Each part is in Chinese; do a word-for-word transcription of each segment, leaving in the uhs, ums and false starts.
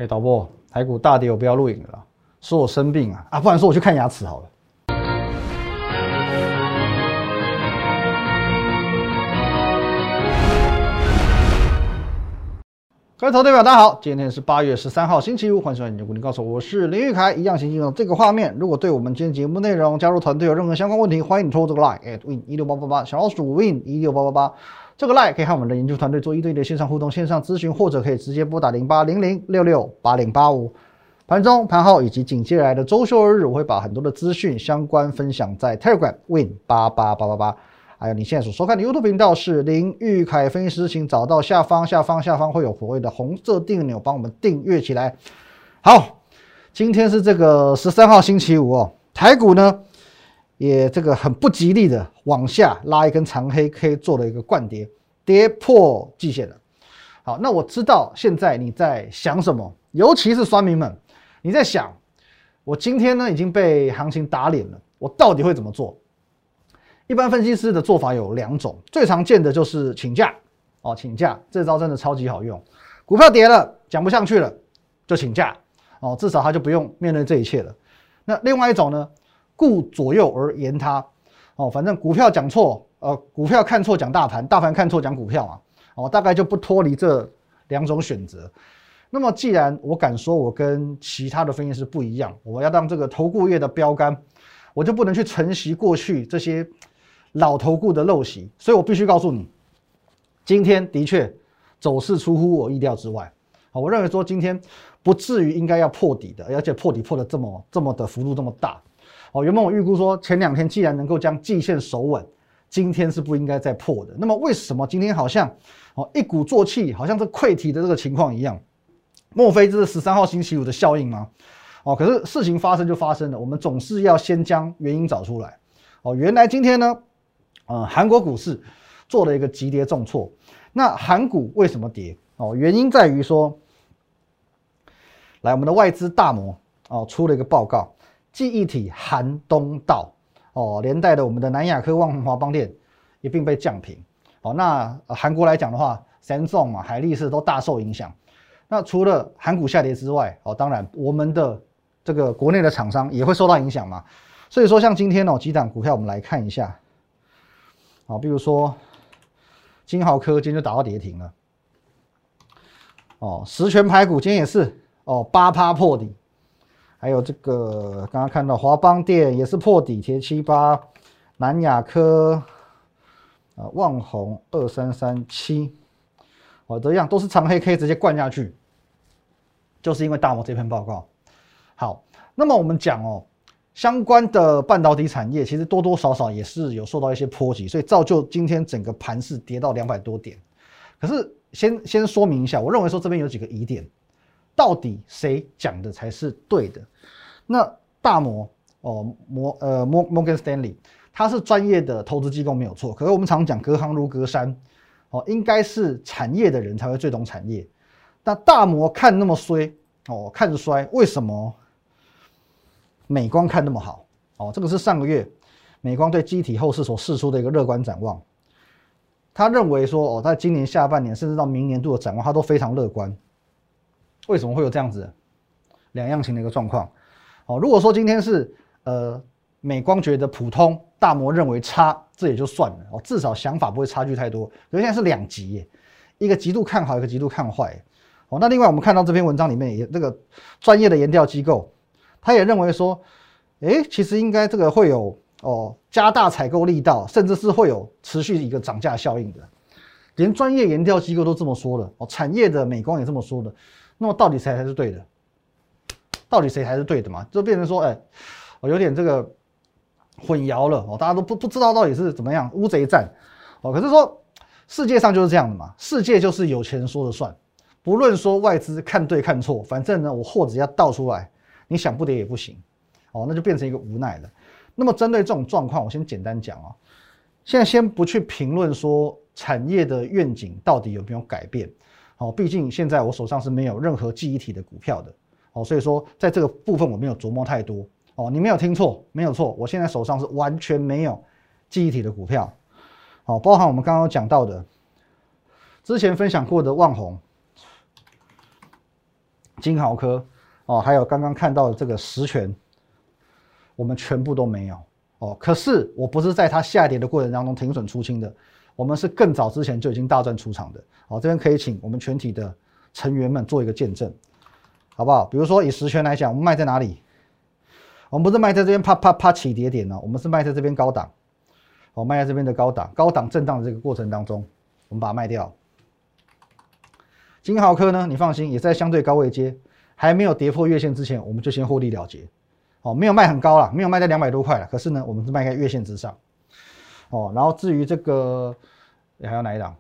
哎、欸，导播，台股大跌，我不要录影了啦，说我生病啊，啊，不然说我去看牙齿好了。各位投资者大家好，今天是八月十三号星期五，欢迎收看《股林告诉我》，我是林玉凯，一样请进入这个画面。如果对我们今天节目内容、加入团队有任何相关问题，欢迎你透过这个 line at win 一六八八八小老鼠 win 一六八八八这个 line 可以和我们的研究团队做一对一的线上互动、线上咨询，或者可以直接拨打零八零零六六八零八五。盘中、盘后以及紧接来的周休二日，我会把很多的资讯相关分享在 Telegram win 八八八八八。还有你现在所收看的 YouTube 频道是林玉凯分析师，请找到下方、下方、下方会有所谓的红色订阅钮，帮我们订阅起来。好，今天是这个十三号星期五哦，台股呢也这个很不吉利的往下拉一根长黑 K 做了一个灌跌，跌破季线了。好，那我知道现在你在想什么，尤其是酸民们，你在想，我今天呢已经被行情打脸了，我到底会怎么做？一般分析师的做法有两种，最常见的就是请假哦，请假这招真的超级好用。股票跌了，讲不上去了，就请假哦，至少他就不用面对这一切了。那另外一种呢，顾左右而言他哦，反正股票讲错，呃，股票看错讲大盘，大盘看错讲股票嘛，哦，大概就不脱离这两种选择。那么既然我敢说我跟其他的分析师不一样，我要当这个投顾业的标杆，我就不能去承袭过去这些老投顾的陋习，所以我必须告诉你，今天的确走势出乎我意料之外。好，我认为说今天不至于应该要破底的，而且破底破的这么这么的幅度这么大。哦，原本我预估说前两天既然能够将季线守稳，今天是不应该再破的。那么为什么今天好像哦一鼓作气，好像这溃体的这个情况一样？莫非这是十三号星期五的效应吗？哦，可是事情发生就发生了，我们总是要先将原因找出来。哦，原来今天呢，呃，韩国股市做了一个急跌重挫。那韩股为什么跌？哦，原因在于说，来我们的外资大摩哦出了一个报告，记忆体寒冬到哦，连带的我们的南亚科、旺宏、华邦电一并被降评。哦，那、呃、韩国来讲的话 ，Samsung 嘛、海力士都大受影响。那除了韩股下跌之外，哦，当然我们的这个国内的厂商也会受到影响嘛。所以说，像今天哦几档股票，我们来看一下，好，比如说金豪科今天就打到跌停了，哦，十全排骨今天也是哦八趴破底，还有这个刚刚看到华邦电也是破底，跌七八，南亚科，啊，旺宏二三三七，哦，这样都是长黑 K 直接灌下去，就是因为大摩这篇报告。好，那么我们讲哦。相关的半导体产业其实多多少少也是有受到一些波及，所以造就今天整个盘势跌到两百多点。可是先先说明一下，我认为说这边有几个疑点，到底谁讲的才是对的？那大摩哦摩呃摩 Morgan Stanley 它是专业的投资机构没有错，可是我们常讲隔行如隔山哦，应该是产业的人才会最懂产业。那大摩看那么衰哦，看衰，为什么？美光看那么好哦，这个是上个月美光对机体后市所释出的一个乐观展望。他认为说哦，在今年下半年甚至到明年度的展望，他都非常乐观。为什么会有这样子两样情的一个状况？哦，如果说今天是呃美光觉得普通，大摩认为差，这也就算了哦，至少想法不会差距太多。可是现在是两极耶，一个极度看好，一个极度看坏。哦，那另外我们看到这篇文章里面也这个专业的研调机构。他也认为说，诶，其实应该这个会有哦加大采购力道，甚至是会有持续一个涨价效应的。连专业研调机构都这么说了，哦，产业的美光也这么说的。那么到底谁才是对的？到底谁才是对的嘛？就变成说，哎，哦，有点这个混淆了哦，大家都不不知道到底是怎么样，乌贼战哦。可是说世界上就是这样的嘛，世界就是有钱人说了算，不论说外资看对看错，反正呢我货只要倒出来。你想不跌也不行，哦，那就变成一个无奈了。那么针对这种状况，我先简单讲哦。现在先不去评论说产业的愿景到底有没有改变，哦，毕竟现在我手上是没有任何记忆体的股票的，哦，所以说在这个部分我没有琢磨太多，哦，你没有听错，没有错，我现在手上是完全没有记忆体的股票，哦，包含我们刚刚讲到的，之前分享过的旺宏。 金豪科哦，还有刚刚看到的这个十醛，我们全部都没有哦。可是我不是在它下跌的过程当中停损出清的，我们是更早之前就已经大赚出场的。哦，这边可以请我们全体的成员们做一个见证，好不好？比如说以十醛来讲，我们卖在哪里？我们不是卖在这边啪啪啪起跌点呢、哦，我们是卖在这边高档，哦，卖在这边的高档，高档震荡的这个过程当中，我们把它卖掉。金豪科呢，你放心，也在相对高位阶，还没有跌破月线之前，我们就先获利了结。哦，没有卖很高啦，没有卖在两百多块了，可是呢，我们是卖在月线之上。哦，然后至于这个还有哪一档？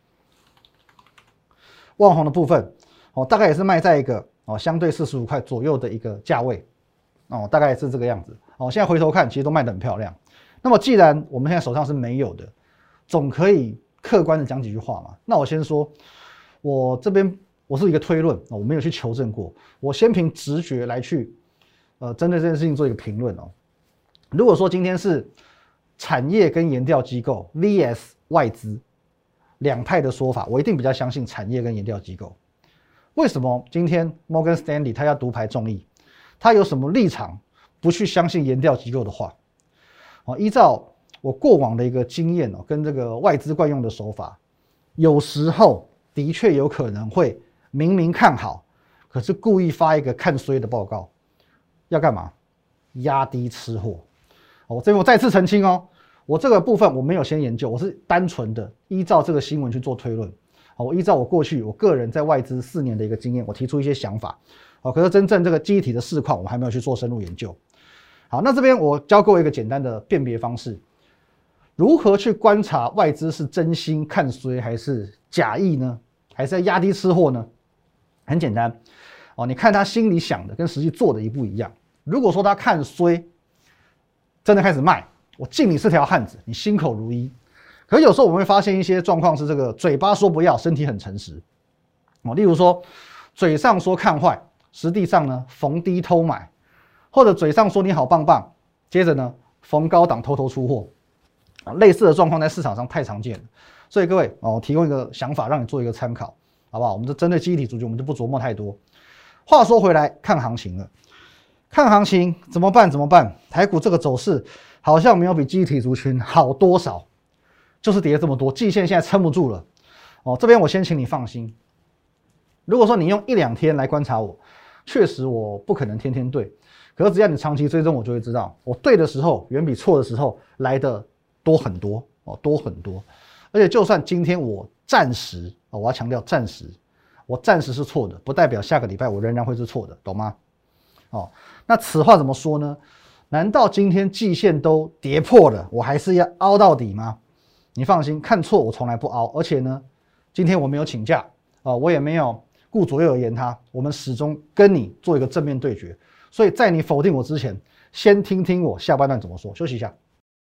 旺宏的部分，哦，大概也是卖在一个哦相对四十五块左右的一个价位，哦，大概也是这个样子。哦，现在回头看，其实都卖得很漂亮。那么既然我们现在手上是没有的，总可以客观的讲几句话嘛。那我先说。我这边我是一个推论，我没有去求证过，我先凭直觉来去，呃，针对这件事情做一个评论哦。如果说今天是产业跟研调机构 V S 外资两派的说法，我一定比较相信产业跟研调机构。为什么今天 Morgan Stanley 他要独排众议？他有什么立场不去相信研调机构的话？哦，依照我过往的一个经验哦，跟这个外资惯用的手法，有时候。的确有可能会明明看好，可是故意发一个看衰的报告，要干嘛？压低吃货。哦，这边我再次澄清哦，我这个部分我没有先研究，我是单纯的依照这个新闻去做推论。哦，我依照我过去我个人在外资四年的一个经验，我提出一些想法。哦，可是真正这个记忆体的市况，我还没有去做深入研究。好，那这边我教各位一个简单的辨别方式。如何去观察外资是真心看衰还是假意呢？还是在压低吃货呢？很简单哦，你看他心里想的跟实际做的一不一样。如果说他看衰，真的开始卖，我敬你是条汉子，你心口如一。可是有时候我们会发现一些状况是这个嘴巴说不要，身体很诚实哦。例如说嘴上说看坏，实际上呢逢低偷买，或者嘴上说你好棒棒，接着呢逢高档偷偷出货。类似的状况在市场上太常见了，所以各位哦，提供一个想法让你做一个参考，好不好？我们就针对记忆体族群，我们就不琢磨太多。话说回来，看行情了，看行情怎么办？怎么办？台股这个走势好像没有比记忆体族群好多少，就是跌这么多，季线现在撑不住了。哦，这边我先请你放心。如果说你用一两天来观察我，确实我不可能天天对，可是只要你长期追踪，我就会知道，我对的时候远比错的时候来的。多很多哦，多很多，而且就算今天我暂时哦，我要强调暂时，我暂时是错的，不代表下个礼拜我仍然会是错的，懂吗？哦，那此话怎么说呢？难道今天季线都跌破了，我还是要凹到底吗？你放心，看错我从来不凹，而且呢，今天我没有请假啊、哦，我也没有顾左右而言他，我们始终跟你做一个正面对决。所以在你否定我之前，先听听我下半段怎么说。休息一下。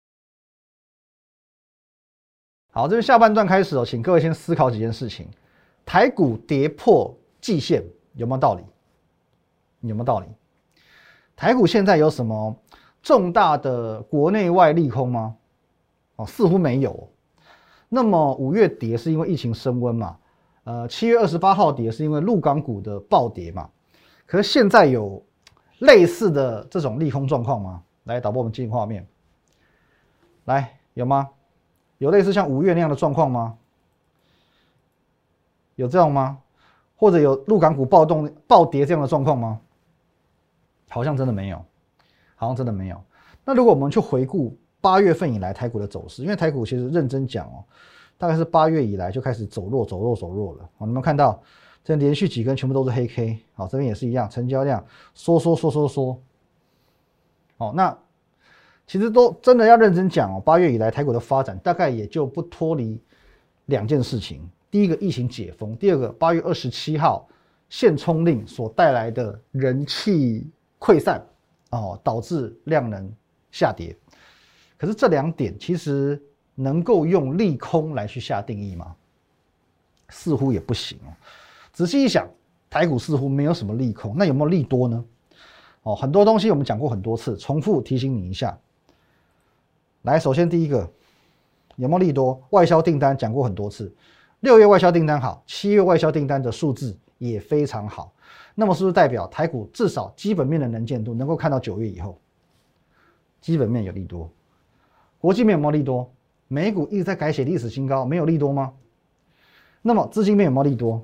好，这边下半段开始哦，请各位先思考几件事情。台股跌破季线有没有道理？有没有道理？台股现在有什么重大的国内外利空吗？哦，似乎没有。那么五月跌是因为疫情升温嘛？呃，七月二十八号跌是因为陆港股的暴跌嘛？可是现在有类似的这种利空状况吗？来，导播我们进画面。来，有吗？有类似像五月那样的状况吗？有这样吗？或者有陆港股暴动、暴跌这样的状况吗？好像真的没有，好像真的没有。那如果我们去回顾八月份以来台股的走势，因为台股其实认真讲哦，大概是八月以来就开始走弱、走弱、走弱了。好，你们看到这连续几根全部都是黑 K， 好，这边也是一样，成交量缩缩缩缩缩。好，那。其实都真的要认真讲哦，八月以来台股的发展大概也就不脱离两件事情。第一个疫情解封，第二个八月二十七号限冲令所带来的人气溃散哦，导致量能下跌。可是这两点其实能够用利空来去下定义吗？似乎也不行哦。仔细一想，台股似乎没有什么利空，那有没有利多呢？哦，很多东西我们讲过很多次，重复提醒你一下。来，首先第一个有没有利多？外销订单讲过很多次，六月外销订单好，七月外销订单的数字也非常好。 那么是不是代表台股至少基本面的能见度能够看到九月以后？基本面有利多，国际面有没有利多？美股一直在改写历史新高，没有利多吗？那么资金面有没有利多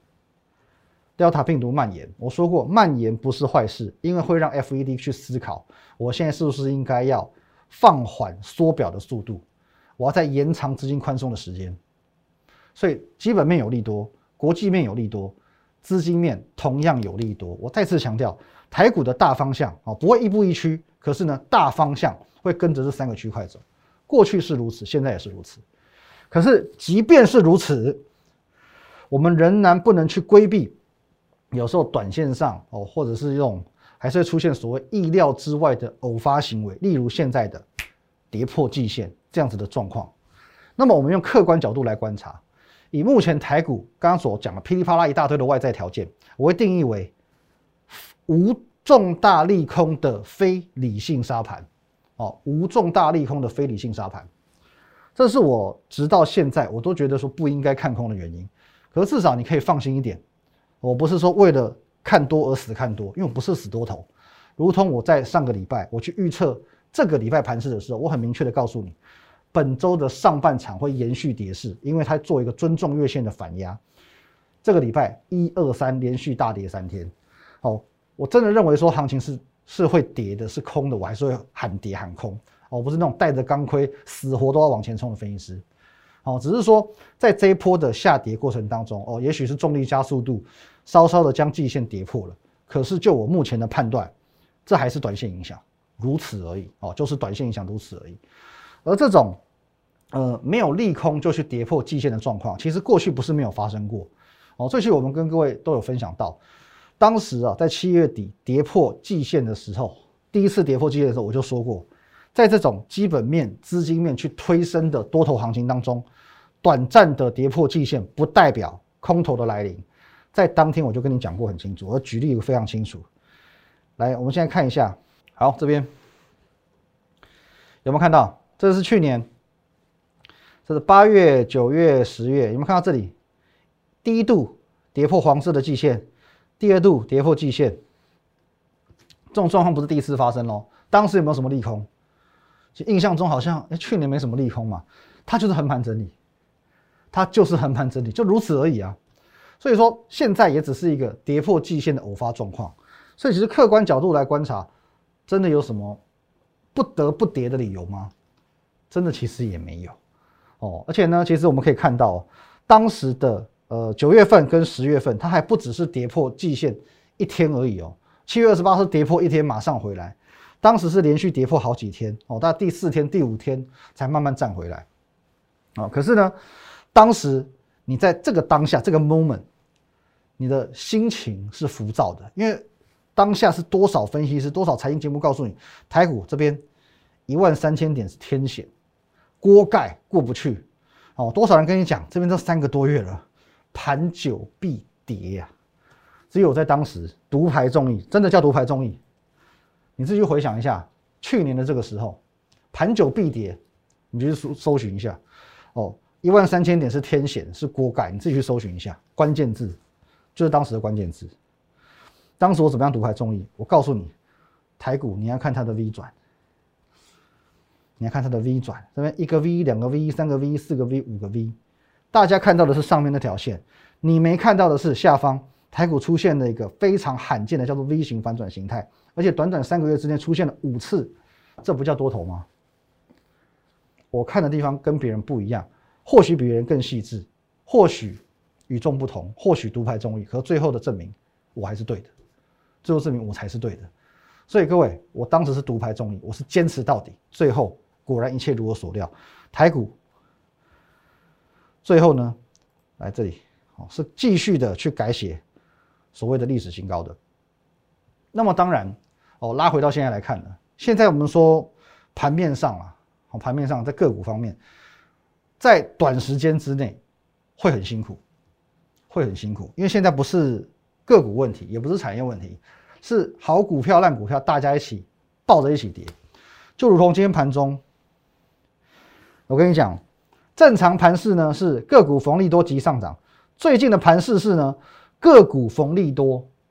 ？Delta 病毒蔓延，我说过蔓延不是坏事，因为会让 F E D 去思考，我现在是不是应该要放缓缩表的速度，我要再延长资金宽松的时间。所以基本面有利多，国际面有利多，资金面同样有利多。我再次强调，台股的大方向啊不会亦步亦趋，可是呢大方向会跟着这三个区块走。过去是如此，现在也是如此。可是即便是如此，我们仍然不能去规避，有时候短线上哦，或者是这种还是会出现所谓意料之外的偶发行为，例如现在的跌破季线这样子的状况。那么我们用客观角度来观察，以目前台股刚刚所讲的噼里啪啦一大堆的外在条件，我会定义为无重大利空的非理性杀盘，哦，无重大利空的非理性杀盘，这是我直到现在我都觉得说不应该看空的原因。可是至少你可以放心一点，我不是说为了看多而死看多，因为我不是死多头。如同我在上个礼拜我去预测这个礼拜盘势的时候，我很明确的告诉你，本周的上半场会延续跌势，因为它做一个尊重月线的反压。这个礼拜一二三连续大跌三天，哦，我真的认为说行情是是会跌的，是空的，我还是会喊跌喊空。哦，我不是那种带着钢盔死活都要往前冲的分析师。哦，只是说在这一波的下跌过程当中，哦，也许是重力加速度稍稍的将季线跌破了，可是就我目前的判断，这还是短线影响，如此而已。哦，就是短线影响如此而已。而这种呃没有利空就去跌破季线的状况，其实过去不是没有发生过。哦，最近我们跟各位都有分享到，当时啊在七月底跌破季线的时候，第一次跌破季线的时候，我就说过，在这种基本面、资金面去推升的多头行情当中，短暂的跌破季线不代表空头的来临。在当天我就跟你讲过很清楚，我举例非常清楚。来，我们现在看一下，好，这边有没有看到？这是去年，这是八月、九月、十月，有没有看到这里？第一度跌破黄色的季线，第二度跌破季线，这种状况不是第一次发生咯。当时有没有什么利空？印象中好像哎，去年没什么利空嘛，它就是横盘整理，它就是横盘整理，就如此而已啊。所以说现在也只是一个跌破季线的偶发状况，所以其实客观角度来观察，真的有什么不得不跌的理由吗？真的其实也没有哦。而且呢，其实我们可以看到，当时的呃九月份跟十月份，它还不只是跌破季线一天而已哦。七月二十八是跌破一天马上回来。当时是连续跌破好几天哦，到第四天、第五天才慢慢站回来，哦，可是呢，当时你在这个当下这个 moment， 你的心情是浮躁的，因为当下是多少分析师、多少财经节目告诉你，台股这边一万三千点是天险，锅盖过不去，哦，多少人跟你讲，这边都三个多月了，盘久必跌呀，啊，只有在当时独排众议，真的叫独排众议。你自己回想一下，去年的这个时候，盘久必跌，你就去搜搜寻一下，哦，一万三千点是天险，是锅盖，你自己去搜寻一下，关键字就是当时的关键字。当时我怎么样独排众议？我告诉你，台股你要看它的 V 转，你要看它的 V 转，这边一个 V、两个 V、三个 V、四个 V、五个 V， 大家看到的是上面那条线，你没看到的是下方台股出现了一个非常罕见的叫做 V 型反转形态。而且短短三个月之内出现了五次，这不叫多头吗？我看的地方跟别人不一样，或许比别人更细致，或许与众不同，或许独排众议，可最后的证明我还是对的，最后证明我才是对的。所以各位，我当时是独排众议，我是坚持到底，最后果然一切如我所料，台股最后呢，来这里是继续的去改写所谓的历史新高的。那么当然，哦，拉回到现在来看呢，现在我们说盘面上啊，哦，盘面上在个股方面，在短时间之内会很辛苦，会很辛苦，因为现在不是个股问题，也不是产业问题，是好股票、烂股票大家一起抱着一起跌，就如同今天盘中，我跟你讲，正常盘势呢是个股逢利多即上涨，最近的盘势是呢个股逢利多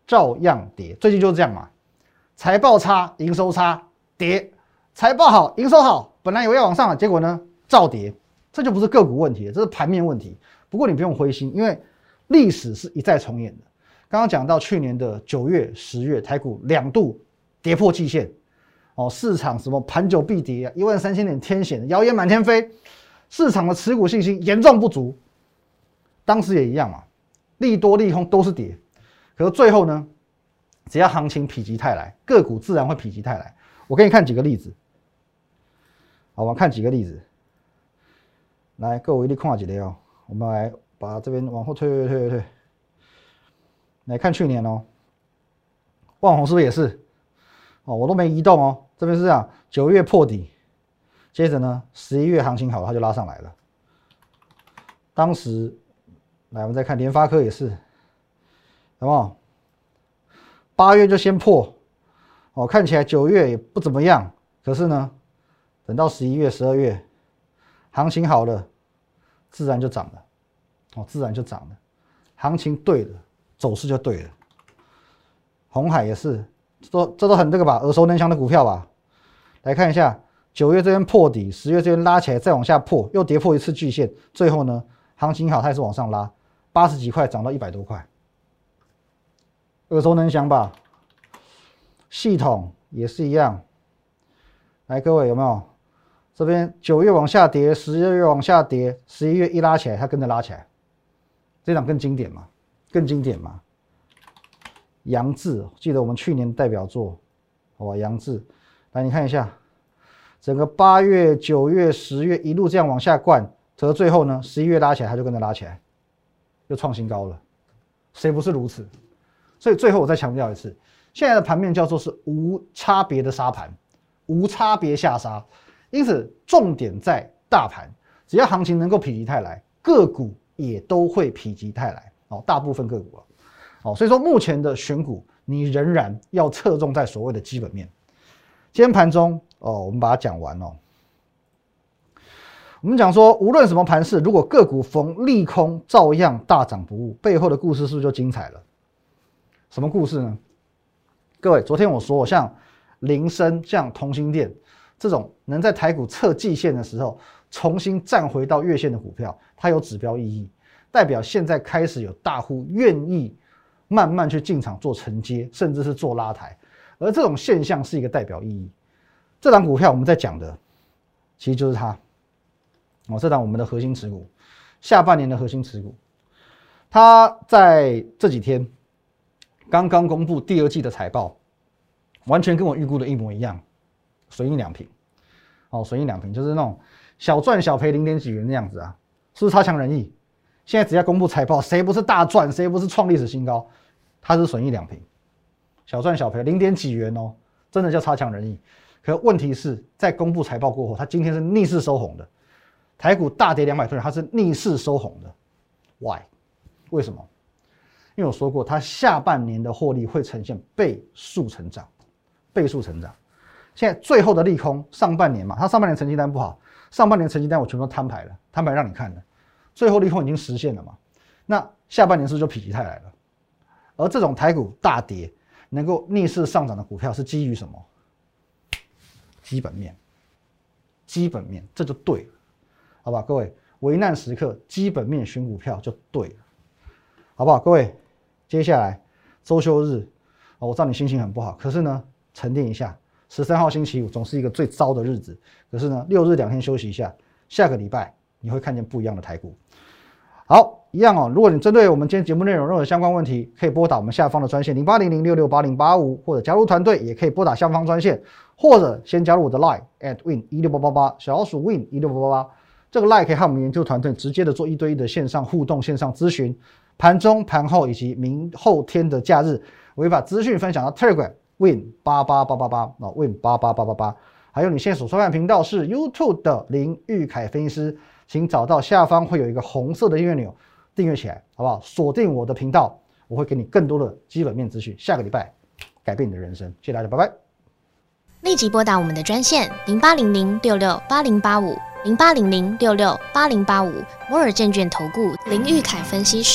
照样跌。最近就是这样嘛，财报差，营收差，跌；财报好，营收好，本来以为要往上了，结果呢照跌。这就不是个股问题，这是盘面问题。不过你不用灰心，因为历史是一再重演的。刚刚讲到去年的九月、十月，台股两度跌破季线，哦，市场什么盘久必跌啊，一万三千点天险，谣言满天飞，市场的持股信心严重不足。当时也一样嘛，利多利空都是跌，可是最后呢，只要行情否极泰来，个股自然会否极泰来。我给你看几个例子，好，我们看几个例子。来，各位一起看一下哦。我们来把这边往后推推推推推，来看去年哦，万宏是不是也是？哦，我都没移动哦。这边是这样，九月破底，接着呢，十一月行情好了，它就拉上来了。当时，来我们再看联发科也是，有没有？八月就先破，哦，看起来九月也不怎么样，可是呢，等到十一月、十二月。行情好了，自然就涨了，哦，自然就涨了。行情对了，走势就对了。鸿海也是，这都这都很这个吧，耳熟能详的股票吧。来看一下，九月这边破底，十月这边拉起来，再往下破，又跌破一次季线，最后呢，行情好，它也是往上拉，八十几块涨到一百多块，耳熟能详吧。系统也是一样，来各位有没有？这边九月往下跌，十二月往下跌，十一月一拉起来，它跟着拉起来，这档更经典嘛，更经典嘛。扬智，记得我们去年代表作，好吧？扬智，来你看一下，整个八月、九月、十月一路这样往下灌，可是最后呢，十一月拉起来，它就跟着拉起来，又创新高了，谁不是如此？所以最后我再强调一次，现在的盘面叫做是无差别的杀盘，无差别下杀。因此，重点在大盘，只要行情能够否极泰来，个股也都会否极泰来。哦，大部分个股了。哦，所以说目前的选股，你仍然要侧重在所谓的基本面。今天盘中，哦，我们把它讲完哦。我们讲说，无论什么盘势，如果个股逢利空照样大涨不误，背后的故事是不是就精彩了？什么故事呢？各位，昨天我说，像林森、像同心店。这种能在台股测季线的时候重新站回到月线的股票，它有指标意义，代表现在开始有大户愿意慢慢去进场做承接，甚至是做拉抬，而这种现象是一个代表意义。这档股票我们在讲的，其实就是它，哦，这档我们的核心持股，下半年的核心持股，它在这几天刚刚公布第二季的财报，完全跟我预估的一模一样。损益两平，哦，损益两平就是那种小赚小赔零点几元那样子啊，是不是超强人意？现在只要公布财报，谁不是大赚，谁不是创历史新高？它是损益两平，小赚小赔零点几元哦，真的叫超强人意。可问题是在公布财报过后，它今天是逆势收红的，台股大跌两百多点，它是逆势收红的 ，why？ 为什么？因为我说过，它下半年的获利会呈现倍数成长，倍数成长。现在最后的利空，上半年嘛，它上半年成绩单不好，上半年成绩单我全部都摊牌了，摊牌让你看了，最后利空已经实现了嘛，那下半年是不是就否极泰来了？而这种台股大跌能够逆势上涨的股票是基于什么？基本面，基本面，这就对了，好吧，各位，危难时刻基本面选股票就对了，好不好？各位，接下来周休日，我知道你心情很不好，可是呢，沉淀一下。十三号星期五总是一个最糟的日子，可是呢，六日两天休息一下，下个礼拜你会看见不一样的台股。好，一样哦。如果你针对我们今天节目内容任何相关问题，可以拨打我们下方的专线零八零零六六八零八五，或者加入团队也可以拨打下方专线，或者先加入我的 Line at win 一六八八八小老鼠 win 一六八八八，这个 Line 可以和我们研究团队直接的做一对一的线上互动、线上咨询，盘中、盘后以及明后天的假日，我会把资讯分享到 Telegram。Win 八八八八八啊 ，Win 八八八八八，还有你现在所收看的频道是 YouTube 的林玉凯分析师，请找到下方会有一个红色的订阅钮，订阅起来，好不好？锁定我的频道，我会给你更多的基本面资讯。下个礼拜改变你的人生，谢谢大家，拜拜。 立即拨打我们的专线零八零零六六八零八五零八零零六六八零八五摩尔证券投顾林玉凯分析师。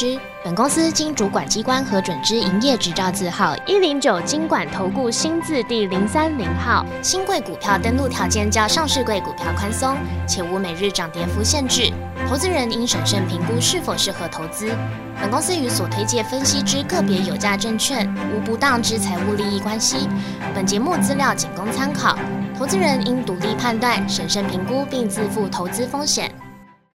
本公司经主管机关核准之营业执照字号一零九金管投顾新字第零三零号。新贵股票登录条件较上市柜股票宽松，且无每日涨跌幅限制。投资人应审慎评估是否适合投资。本公司与所推介分析之个别有价证券无不当之财务利益关系。本节目资料仅供参考，投资人应独立判断、审慎评估并自负投资风险。